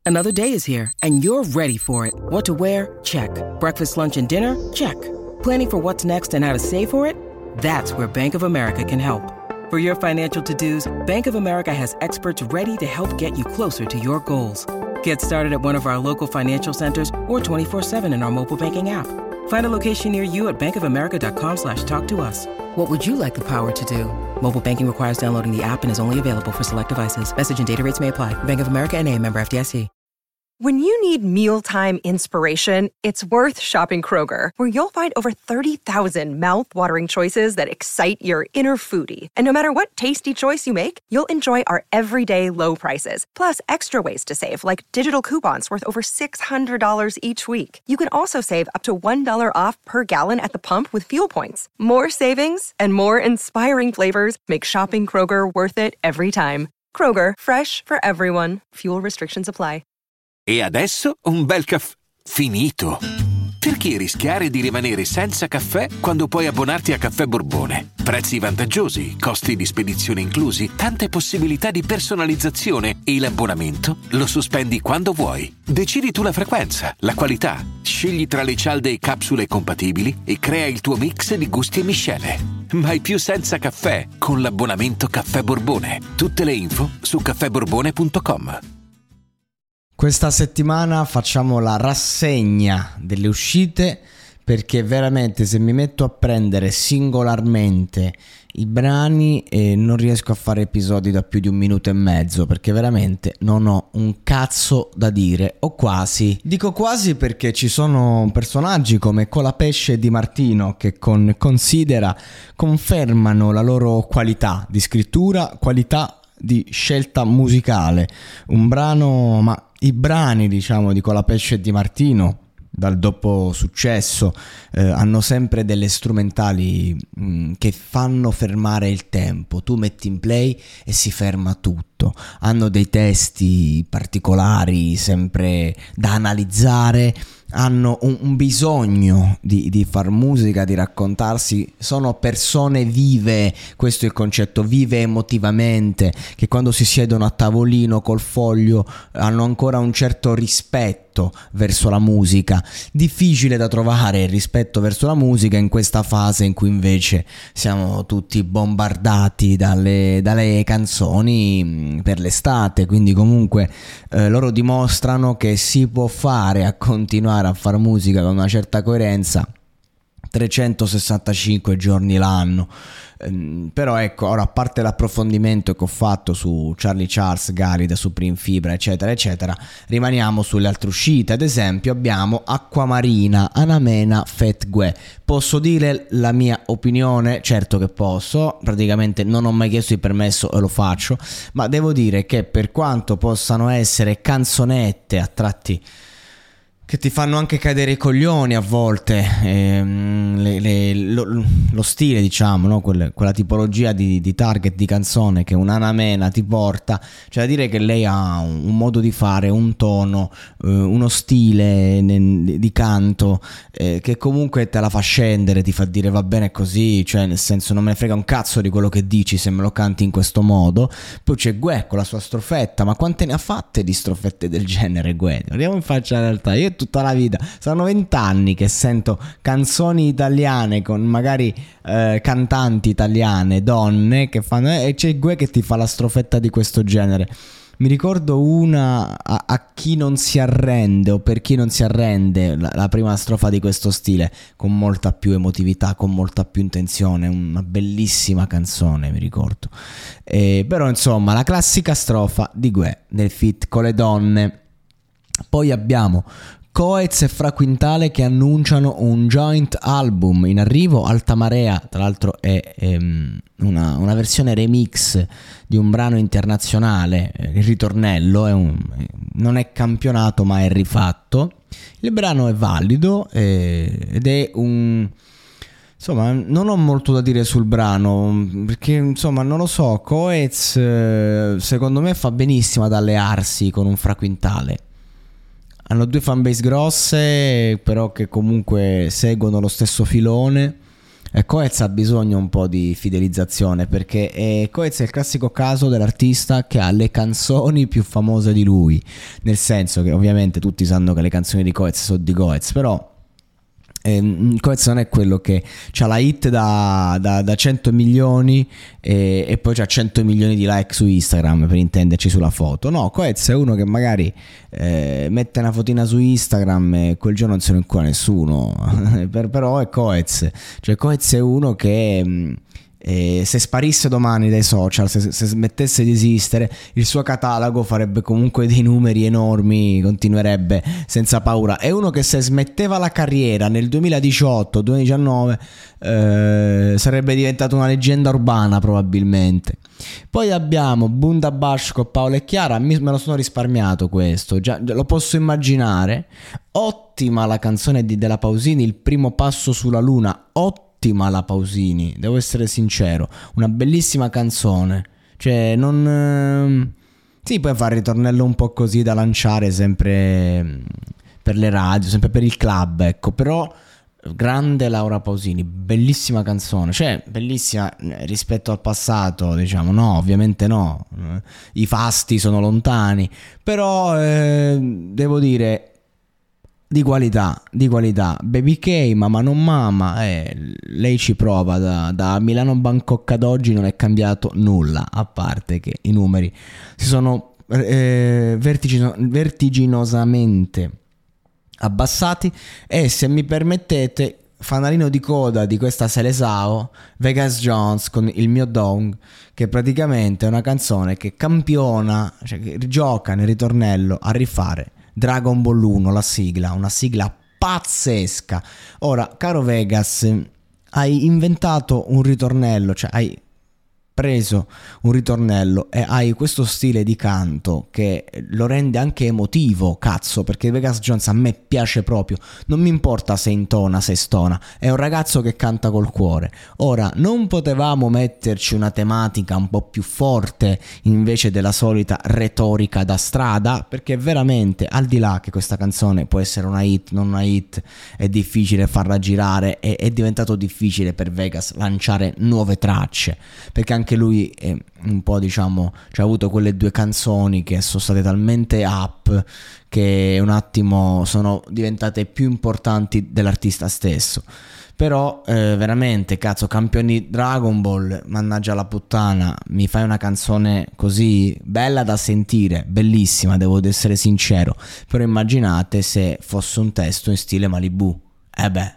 Another day is here, and you're ready for it. What to wear? Check. Breakfast, lunch, and dinner? Check. Planning for what's next and how to save for it? That's where Bank of America can help. For your financial to-dos, Bank of America has experts ready to help get you closer to your goals. Get started at one of our local financial centers or 24/7 in our mobile banking app. Find a location near you at bankofamerica.com/talktous. What would you like the power to do? Mobile banking requires downloading the app and is only available for select devices. Message and data rates may apply. Bank of America N.A., member FDIC. When you need mealtime inspiration, it's worth shopping Kroger, where you'll find over 30,000 mouth-watering choices that excite your inner foodie. And no matter what tasty choice you make, you'll enjoy our everyday low prices, plus extra ways to save, like digital coupons worth over $600 each week. You can also save up to $1 off per gallon at the pump with fuel points. More savings and more inspiring flavors make shopping Kroger worth it every time. Kroger, fresh for everyone. Fuel restrictions apply. E adesso un bel caffè finito. Perché rischiare di rimanere senza caffè quando puoi abbonarti a Caffè Borbone? Prezzi vantaggiosi, costi di spedizione inclusi, tante possibilità di personalizzazione e l'abbonamento lo sospendi quando vuoi. Decidi tu la frequenza, la qualità, scegli tra le cialde e capsule compatibili e crea il tuo mix di gusti e miscele. Mai più senza caffè con l'abbonamento Caffè Borbone. Tutte le info su caffèborbone.com. Questa settimana facciamo la rassegna delle uscite, perché veramente se mi metto a prendere singolarmente i brani non riesco a fare episodi da più di 1 minuto e mezzo, perché veramente non ho un cazzo da dire, o quasi. Dico quasi perché ci sono personaggi come Colapesce e Di Martino che con Considera confermano la loro qualità di scrittura, qualità di scelta musicale. Un brano, ma i brani diciamo di Colapesce e Di Martino dal dopo successo hanno sempre delle strumentali che fanno fermare il tempo. Tu metti in play e si ferma tutto. Hanno dei testi particolari sempre da analizzare, hanno un bisogno di far musica, di raccontarsi. Sono persone vive, questo è il concetto, vive emotivamente, che quando si siedono a tavolino col foglio hanno ancora un certo rispetto verso la musica. Difficile da trovare il rispetto verso la musica in questa fase in cui invece siamo tutti bombardati dalle canzoni per l'estate, quindi comunque loro dimostrano che si può fare a continuare a fare musica con una certa coerenza 365 giorni l'anno. Però ecco, ora, a parte l'approfondimento che ho fatto su Charlie Charles, Garida, Supreme Fibra eccetera eccetera, rimaniamo sulle altre uscite. Ad esempio abbiamo Acquamarina, Anamena, Fet Gue. Posso dire la mia opinione? Certo che posso, praticamente non ho mai chiesto il permesso e lo faccio, ma devo dire che per quanto possano essere canzonette a tratti che ti fanno anche cadere i coglioni a volte, lo stile, diciamo, no? Quella tipologia di target di canzone che un'Anamena ti porta, cioè da dire che lei ha un modo di fare, un tono, uno stile di canto che comunque te la fa scendere, ti fa dire va bene così, cioè nel senso non me ne frega un cazzo di quello che dici se me lo canti in questo modo. Poi c'è Gue con la sua strofetta, ma quante ne ha fatte di strofette del genere Gue? Guardiamo in faccia la realtà. Io tutta la vita, sono 20 anni che sento canzoni italiane con magari cantanti italiane, donne che fanno e c'è Gue che ti fa la strofetta di questo genere. Mi ricordo una a chi non si arrende, o per chi non si arrende, la prima strofa di questo stile, con molta più emotività, con molta più intenzione, una bellissima canzone, mi ricordo. Però insomma, la classica strofa di Gue nel feat con le donne. Poi abbiamo Coez e Fra Quintale che annunciano un joint album in arrivo, Alta Marea, tra l'altro è una versione remix di un brano internazionale, il ritornello, non è campionato ma è rifatto. Il brano è valido ed è insomma, non ho molto da dire sul brano, perché insomma non lo so, Coez secondo me fa benissimo ad allearsi con un Fra Quintale. Hanno 2 fanbase grosse, però che comunque seguono lo stesso filone. Coez ha bisogno un po' di fidelizzazione, perché Coez è il classico caso dell'artista che ha le canzoni più famose di lui, nel senso che ovviamente tutti sanno che le canzoni di Coez sono di Coez, però Coez non è quello che ha la hit da 100 milioni e poi c'ha 100 milioni di like su Instagram, per intenderci, sulla foto. No, Coez è uno che magari mette una fotina su Instagram e quel giorno non se ne incula nessuno però è Coez. Cioè Coez è uno che se sparisse domani dai social, se smettesse di esistere, il suo catalogo farebbe comunque dei numeri enormi, continuerebbe senza paura. È uno che se smetteva la carriera nel 2018-2019 sarebbe diventato una leggenda urbana probabilmente. Poi abbiamo Bundabash con Paolo e Chiara, me lo sono risparmiato questo, già lo posso immaginare. Ottima la canzone di Della Pausini, Il primo passo sulla luna, ottima la Pausini, devo essere sincero, una bellissima canzone, cioè non sì, poi fa il ritornello un po' così da lanciare sempre per le radio, sempre per il club, ecco, però grande Laura Pausini, bellissima canzone, cioè bellissima rispetto al passato, diciamo, no, ovviamente no, i fasti sono lontani, però devo dire di qualità. Baby K, Mama non Mama, lei ci prova, da Milano Bangkok ad oggi non è cambiato nulla, a parte che i numeri si sono vertiginosamente abbassati. E se mi permettete, fanalino di coda di questa Seleção, Vegas Jones con Il mio Dong, che praticamente è una canzone che campiona, cioè che gioca nel ritornello a rifare Dragon Ball 1, la sigla, una sigla pazzesca. Ora, caro Vegas, hai inventato un ritornello, cioè hai preso un ritornello e hai questo stile di canto che lo rende anche emotivo, cazzo, perché Vegas Jones a me piace proprio, non mi importa se intona, se stona, è un ragazzo che canta col cuore. Ora, non potevamo metterci una tematica un po' più forte invece della solita retorica da strada, perché veramente, al di là che questa canzone può essere una hit, non una hit, è difficile farla girare, è diventato difficile per Vegas lanciare nuove tracce, perché anche lui è un po', diciamo, cioè, ha avuto quelle due canzoni che sono state talmente up che un attimo sono diventate più importanti dell'artista stesso. Però veramente, cazzo, campioni Dragon Ball, mannaggia la puttana, mi fai una canzone così bella da sentire, bellissima, devo essere sincero, però immaginate se fosse un testo in stile Malibu, beh,